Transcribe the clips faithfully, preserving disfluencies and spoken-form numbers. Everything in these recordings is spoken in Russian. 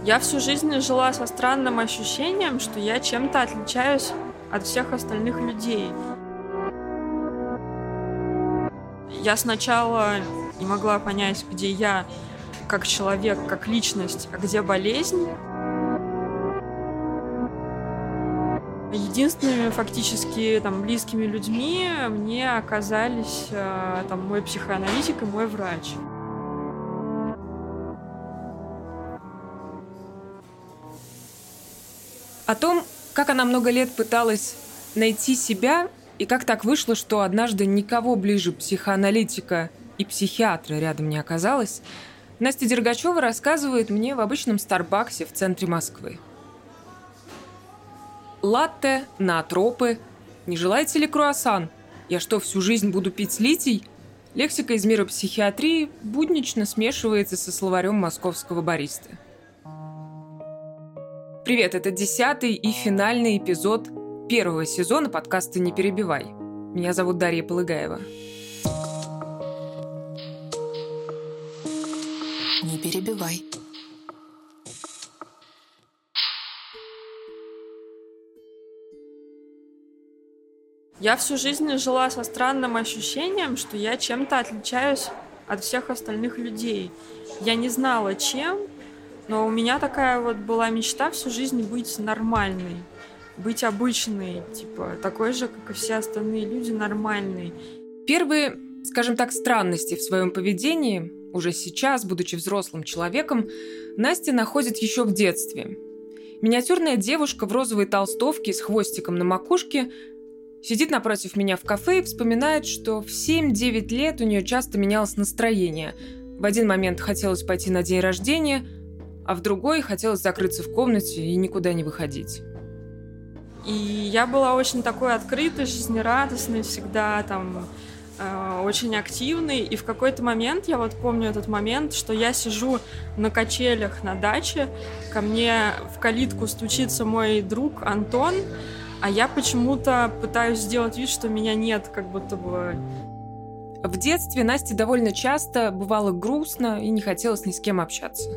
Я всю жизнь жила со странным ощущением, что я чем-то отличаюсь от всех остальных людей. Я сначала не могла понять, где я как человек, как личность, а где болезнь. Единственными фактически там, близкими людьми мне оказались э, там, мой психоаналитик и мой врач. О том, как она много лет пыталась найти себя, и как так вышло, что однажды никого ближе психоаналитика и психиатра рядом не оказалось, Настя Дергачева рассказывает мне в обычном Старбаксе в центре Москвы. Латте, наотропы. Не желаете ли круассан? Я что, всю жизнь буду пить литий? Лексика из мира психиатрии буднично смешивается со словарем московского баристы. Привет, это десятый и финальный эпизод первого сезона подкаста «Не перебивай». Меня зовут Дарья Полыгаева. Не перебивай. Я всю жизнь жила со странным ощущением, что я чем-то отличаюсь от всех остальных людей. Я не знала, чем, но у меня такая вот была мечта всю жизнь быть нормальной, быть обычной, типа такой же, как и все остальные люди, нормальной. Первые, скажем так, странности в своем поведении, уже сейчас, будучи взрослым человеком, Настя находит еще в детстве. Миниатюрная девушка в розовой толстовке с хвостиком на макушке сидит напротив меня в кафе и вспоминает, что в семь-девять лет у нее часто менялось настроение. В один момент хотелось пойти на день рождения, а в другой хотелось закрыться в комнате и никуда не выходить. И я была очень такой открытой, жизнерадостной, всегда там э, очень активной. И в какой-то момент, я вот помню этот момент, что я сижу на качелях на даче, ко мне в калитку стучится мой друг Антон, а я почему-то пытаюсь сделать вид, что меня нет, как будто бы. В детстве Насте довольно часто бывало грустно и не хотелось ни с кем общаться.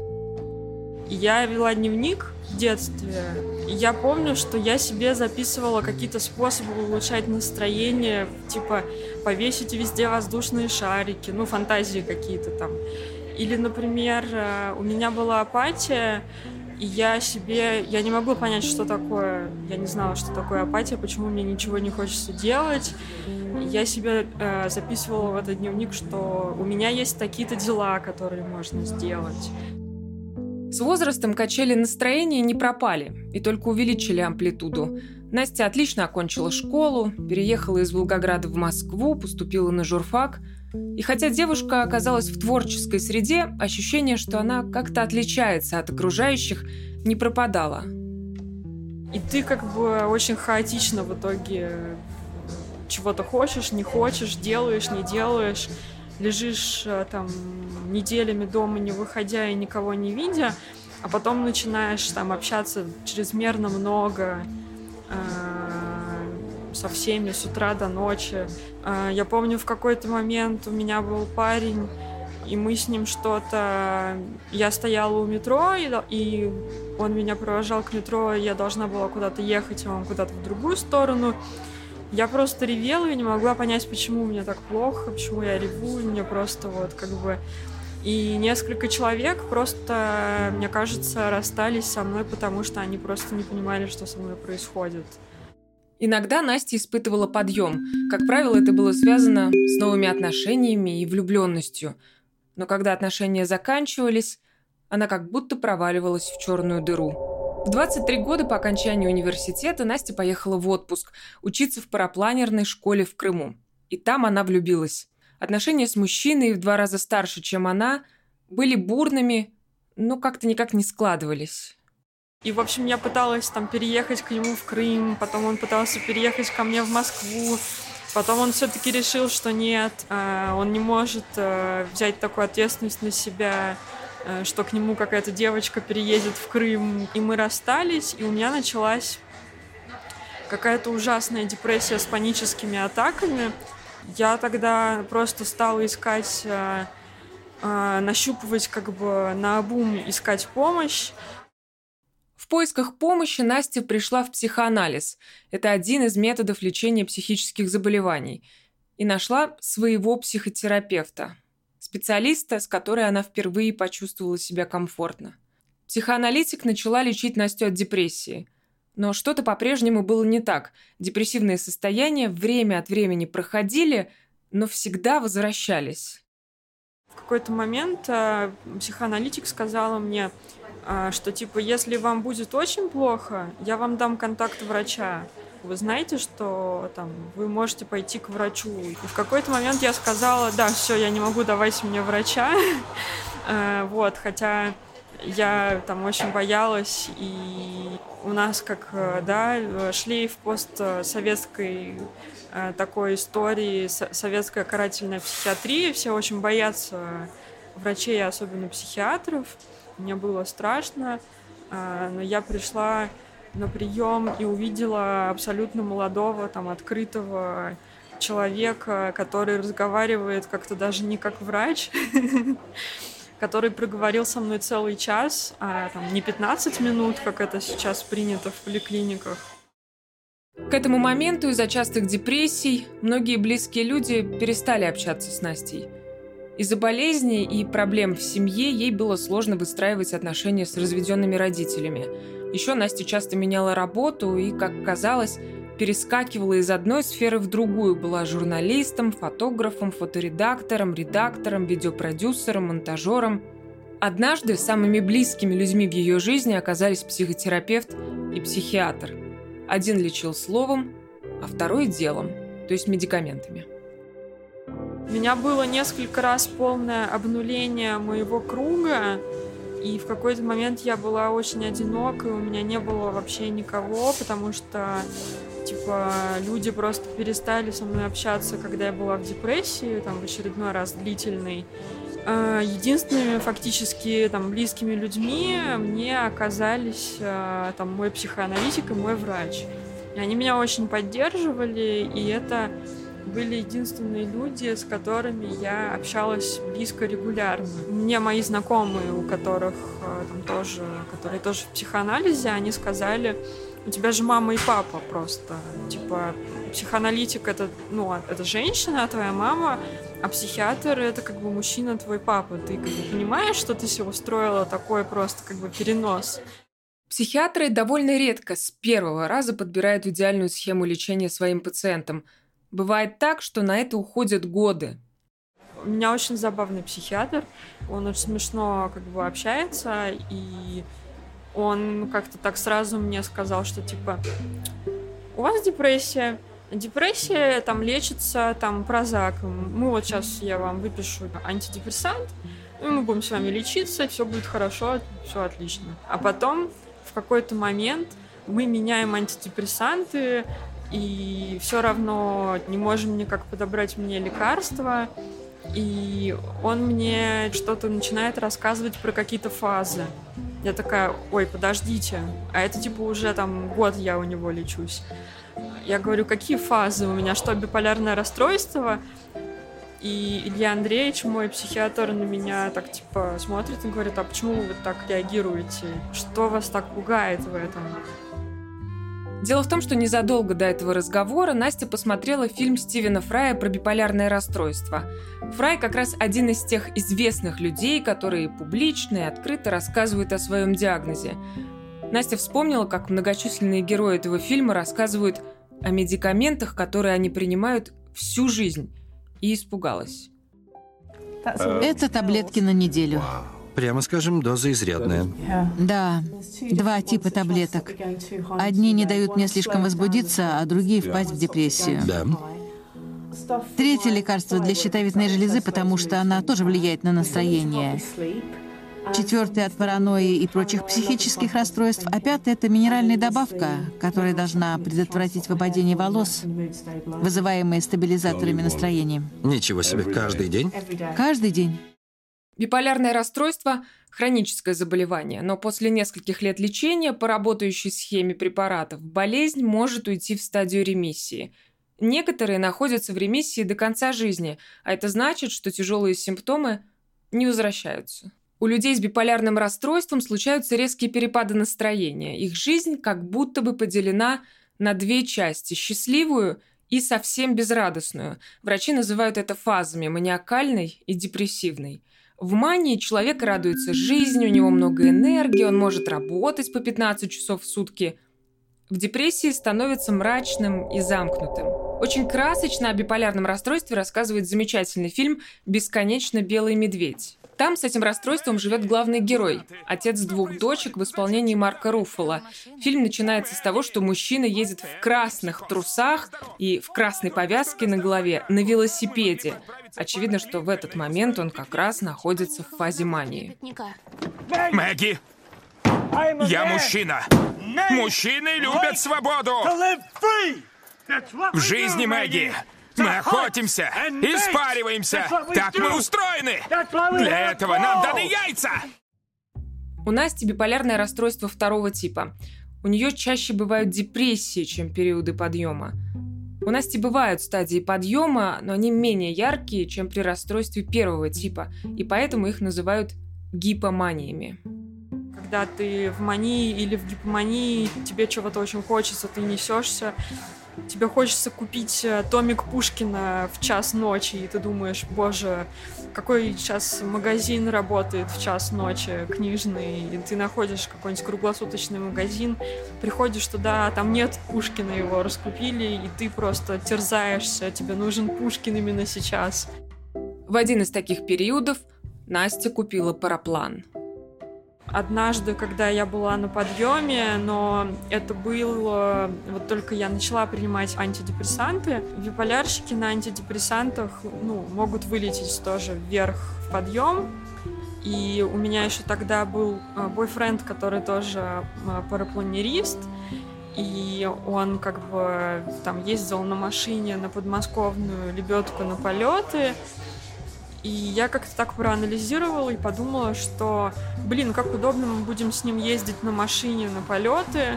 Я вела дневник в детстве, и я помню, что я себе записывала какие-то способы улучшать настроение, типа повесить везде воздушные шарики, ну, фантазии какие-то там. Или, например, у меня была апатия, и я себе... Я не могу понять, что такое... Я не знала, что такое апатия, почему мне ничего не хочется делать. Я себе э, записывала в этот дневник, что у меня есть такие-то дела, которые можно сделать. С возрастом качели настроения не пропали и только увеличили амплитуду. Настя отлично окончила школу, переехала из Волгограда в Москву, поступила на журфак. И хотя девушка оказалась в творческой среде, ощущение, что она как-то отличается от окружающих, не пропадало. И ты как бы очень хаотично в итоге чего-то хочешь, не хочешь, делаешь, не делаешь. Лежишь там неделями дома, не выходя и никого не видя, а потом начинаешь там общаться чрезмерно много э, со всеми с утра до ночи. Э, я помню, в какой-то момент у меня был парень, и мы с ним что-то... Я стояла у метро, и, и он меня провожал к метро, и я должна была куда-то ехать, а он куда-то в другую сторону. Я просто ревела и не могла понять, почему мне так плохо, почему я реву, и мне просто вот как бы... И несколько человек просто, мне кажется, расстались со мной, потому что они просто не понимали, что со мной происходит. Иногда Настя испытывала подъем. Как правило, это было связано с новыми отношениями и влюбленностью. Но когда отношения заканчивались, она как будто проваливалась в черную дыру. В двадцать три года по окончании университета Настя поехала в отпуск учиться в парапланерной школе в Крыму. И там она влюбилась. Отношения с мужчиной в два раза старше, чем она, были бурными, но как-то никак не складывались. И, в общем, я пыталась там переехать к нему в Крым, потом он пытался переехать ко мне в Москву, потом он все-таки решил, что нет, он не может взять такую ответственность на себя, что к нему какая-то девочка переедет в Крым, и мы расстались, и у меня началась какая-то ужасная депрессия с паническими атаками. Я тогда просто стала искать, нащупывать как бы наобум, искать помощь. В поисках помощи Настя пришла в психоанализ. Это один из методов лечения психических заболеваний. И нашла своего психотерапевта. Специалиста, с которой она впервые почувствовала себя комфортно. Психоаналитик начала лечить Настю от депрессии. Но что-то по-прежнему было не так. Депрессивные состояния время от времени проходили, но всегда возвращались. В какой-то момент э, психоаналитик сказала мне, э, что типа, если вам будет очень плохо, я вам дам контакт врача. Вы знаете, что там вы можете пойти к врачу. И в какой-то момент я сказала, да, все, я не могу, давайте мне врача. э, вот, хотя я там очень боялась, и у нас как, да, шлейф постсоветской э, такой истории, советская карательная психиатрия, все очень боятся врачей, особенно психиатров. Мне было страшно, э, но я пришла на прием и увидела абсолютно молодого, там, открытого человека, который разговаривает как-то даже не как врач, который проговорил со мной целый час, а там не пятнадцать минут, как это сейчас принято в поликлиниках. К этому моменту из-за частых депрессий многие близкие люди перестали общаться с Настей. Из-за болезней и проблем в семье ей было сложно выстраивать отношения с разведенными родителями. Еще Настя часто меняла работу и, как казалось, перескакивала из одной сферы в другую, была журналистом, фотографом, фоторедактором, редактором, видеопродюсером, монтажером. Однажды самыми близкими людьми в ее жизни оказались психотерапевт и психиатр. Один лечил словом, а второй делом, то есть медикаментами. У меня было несколько раз полное обнуление моего круга, и в какой-то момент я была очень одинока, и у меня не было вообще никого, потому что типа люди просто перестали со мной общаться, когда я была в депрессии, там в очередной раз длительной. Единственными фактически там близкими людьми мне оказались там мой психоаналитик и мой врач. И они меня очень поддерживали, и это были единственные люди, с которыми я общалась близко, регулярно. Мне мои знакомые, у которых там тоже, которые тоже в психоанализе, они сказали: у тебя же мама и папа просто. Типа, психоаналитик это, ну, это женщина, твоя мама, а психиатр это как бы мужчина, твой папа. Ты как бы понимаешь, что ты себе устроила такой просто как бы перенос? Психиатры довольно редко с первого раза подбирают идеальную схему лечения своим пациентам. Бывает так, что на это уходят годы. У меня очень забавный психиатр. Он очень смешно как бы общается, и он как-то так сразу мне сказал, что типа: у вас депрессия. Депрессия там лечится там прозаком. Мы вот сейчас я вам выпишу антидепрессант, и мы будем с вами лечиться, все будет хорошо, все отлично. А потом в какой-то момент мы меняем антидепрессанты, и все равно не можем никак подобрать мне лекарства. И он мне что-то начинает рассказывать про какие-то фазы. Я такая: ой, подождите, а это типа уже там год я у него лечусь. Я говорю: какие фазы? У меня что, биполярное расстройство? И Илья Андреевич, мой психиатр, на меня так типа смотрит и говорит: а почему вы так реагируете? Что вас так пугает в этом? Дело в том, что незадолго до этого разговора Настя посмотрела фильм Стивена Фрая про биполярное расстройство. Фрай как раз один из тех известных людей, которые публично и открыто рассказывают о своем диагнозе. Настя вспомнила, как многочисленные герои этого фильма рассказывают о медикаментах, которые они принимают всю жизнь, и испугалась. Это таблетки на неделю. Прямо скажем, доза изрядная. Да, два типа таблеток. Одни не дают мне слишком возбудиться, а другие впасть в депрессию. Да. Третье лекарство для щитовидной железы, потому что она тоже влияет на настроение. Четвертое от паранойи и прочих психических расстройств. А пятое — это минеральная добавка, которая должна предотвратить выпадение волос, вызываемые стабилизаторами настроения. Ничего себе, каждый день? Каждый день. Биполярное расстройство – хроническое заболевание, но после нескольких лет лечения по работающей схеме препаратов болезнь может уйти в стадию ремиссии. Некоторые находятся в ремиссии до конца жизни, а это значит, что тяжелые симптомы не возвращаются. У людей с биполярным расстройством случаются резкие перепады настроения. Их жизнь как будто бы поделена на две части – счастливую и совсем безрадостную. Врачи называют это фазами – маниакальной и депрессивной. В мании человек радуется жизни, у него много энергии, он может работать по пятнадцать часов в сутки. В депрессии становится мрачным и замкнутым. Очень красочно о биполярном расстройстве рассказывает замечательный фильм «Бесконечно белый медведь». Там с этим расстройством живет главный герой, отец двух дочек в исполнении Марка Руффало. Фильм начинается с того, что мужчина едет в красных трусах и в красной повязке на голове на велосипеде. Очевидно, что в этот момент он как раз находится в фазе мании. Мэгги, я мужчина. Мужчины любят свободу. В жизни, Мэгги, мы охотимся и спариваемся. Так мы устроены. Для этого нам даны яйца. У Насти биполярное расстройство второго типа. У нее чаще бывают депрессии, чем периоды подъема. У Насти бывают стадии подъема, но они менее яркие, чем при расстройстве первого типа, и поэтому их называют гипоманиями. Когда ты в мании или в гипомании, тебе чего-то очень хочется, ты несешься, тебе хочется купить томик Пушкина в час ночи, и ты думаешь, боже, какой сейчас магазин работает в час ночи, книжный, и ты находишь какой-нибудь круглосуточный магазин, приходишь туда, там нет Пушкина, его раскупили, и ты просто терзаешься, тебе нужен Пушкин именно сейчас. В один из таких периодов Настя купила параплан. Однажды, когда я была на подъеме, но это было... Вот только я начала принимать антидепрессанты. Биполярщики на антидепрессантах ну, могут вылететь тоже вверх в подъем. И у меня еще тогда был бойфренд, который тоже парапланерист. И он как бы там ездил на машине на подмосковную лебедку на полеты. И я как-то так проанализировала и подумала, что, блин, как удобно мы будем с ним ездить на машине на полеты.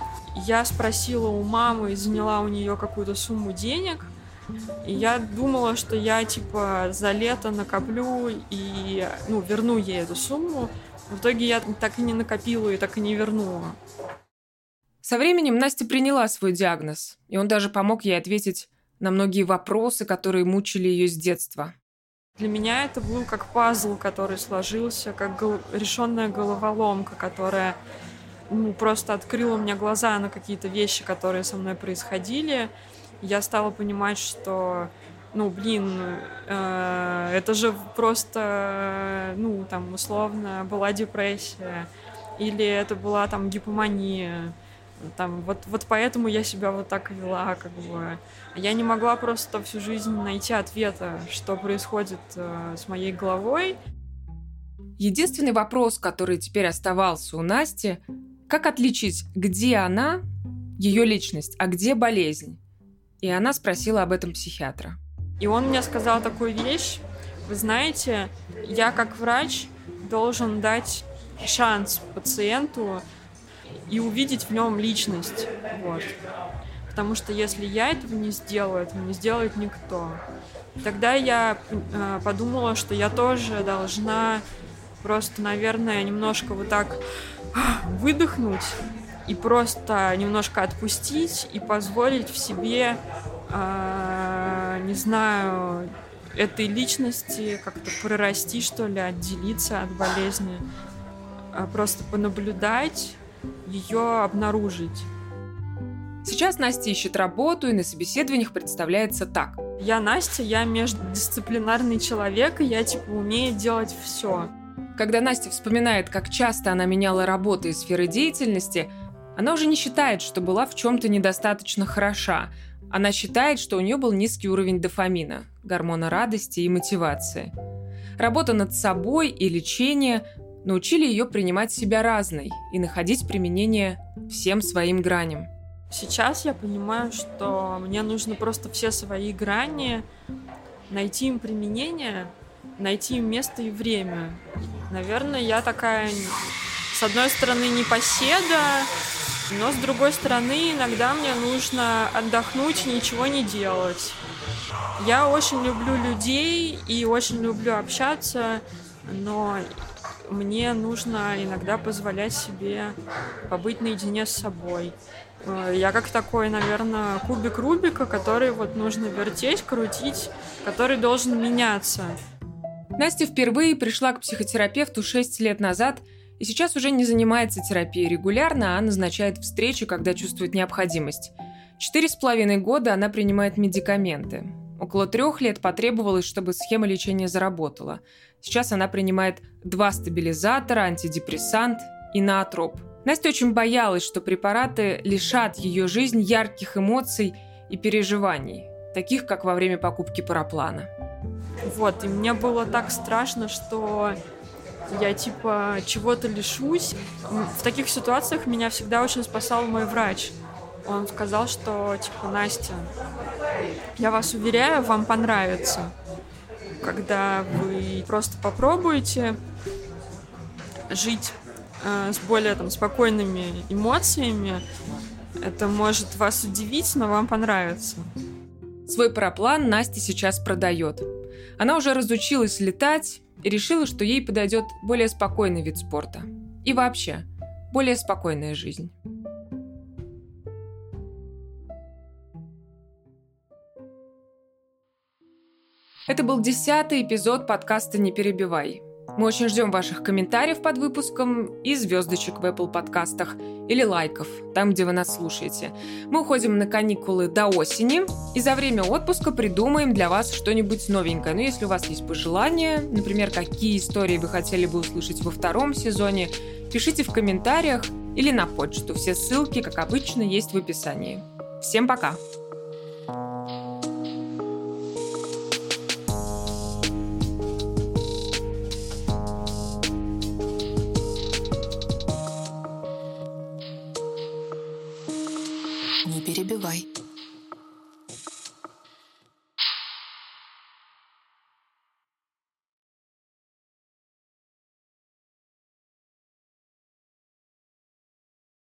Я спросила у мамы и заняла у нее какую-то сумму денег. И я думала, что я, типа, за лето накоплю и, ну, верну ей эту сумму. В итоге я так и не накопила и так и не вернула. Со временем Настя приняла свой диагноз, и он даже помог ей ответить на многие вопросы, которые мучили ее с детства. Для меня это был как пазл, который сложился, как гол- решенная головоломка, которая ну, просто открыла мне глаза на какие-то вещи, которые со мной происходили. Я стала понимать, что, ну, блин, э, это же просто, ну, там, условно, была депрессия, или это была, там, гипомания. Там, вот, вот поэтому я себя вот так вела, как бы. Я не могла просто всю жизнь найти ответа, что происходит э, с моей головой. Единственный вопрос, который теперь оставался у Насти, как отличить, где она, ее личность, а где болезнь? И она спросила об этом психиатра. И он мне сказал такую вещь: вы знаете, я как врач должен дать шанс пациенту и увидеть в нем личность. Вот. Потому что если я этого не сделаю, этого не сделает никто. Тогда я э, подумала, что я тоже должна просто, наверное, немножко вот так выдохнуть и просто немножко отпустить и позволить в себе, э, не знаю, этой личности как-то прорасти, что ли, отделиться от болезни, э, просто понаблюдать, ее обнаружить. Сейчас Настя ищет работу и на собеседованиях представляется так. Я Настя, я междисциплинарный человек, и я типа умею делать все. Когда Настя вспоминает, как часто она меняла работу и сферы деятельности, она уже не считает, что была в чем-то недостаточно хороша. Она считает, что у нее был низкий уровень дофамина, гормона радости и мотивации. Работа над собой и лечение научили ее принимать себя разной и находить применение всем своим граням. Сейчас я понимаю, что мне нужно просто все свои грани найти им применение, найти им место и время. Наверное, я такая, с одной стороны, непоседа, но с другой стороны, иногда мне нужно отдохнуть и ничего не делать. Я очень люблю людей и очень люблю общаться, но мне нужно иногда позволять себе побыть наедине с собой. Я как такой, наверное, кубик Рубика, который вот нужно вертеть, крутить, который должен меняться. Настя впервые пришла к психотерапевту шесть лет назад и сейчас уже не занимается терапией регулярно, а назначает встречи, когда чувствует необходимость. Четыре с половиной года она принимает медикаменты. Около трех лет потребовалось, чтобы схема лечения заработала. Сейчас она принимает два стабилизатора, антидепрессант и ноотроп. Настя очень боялась, что препараты лишат ее жизнь ярких эмоций и переживаний, таких, как во время покупки параплана. Вот, и мне было так страшно, что я типа чего-то лишусь. В таких ситуациях меня всегда очень спасал мой врач. Он сказал, что типа: Настя, я вас уверяю, вам понравится, когда вы просто попробуете жить э, с более там спокойными эмоциями. Это может вас удивить, но вам понравится. Свой параплан Настя сейчас продает. Она уже разучилась летать и решила, что ей подойдет более спокойный вид спорта. И вообще, более спокойная жизнь. Это был десятый эпизод подкаста «Не перебивай». Мы очень ждем ваших комментариев под выпуском и звездочек в Apple подкастах или лайков, там, где вы нас слушаете. Мы уходим на каникулы до осени, и за время отпуска придумаем для вас что-нибудь новенькое. Но если у вас есть пожелания, например, какие истории вы хотели бы услышать во втором сезоне, пишите в комментариях или на почту. Все ссылки, как обычно, есть в описании. Всем пока! Не перебивай.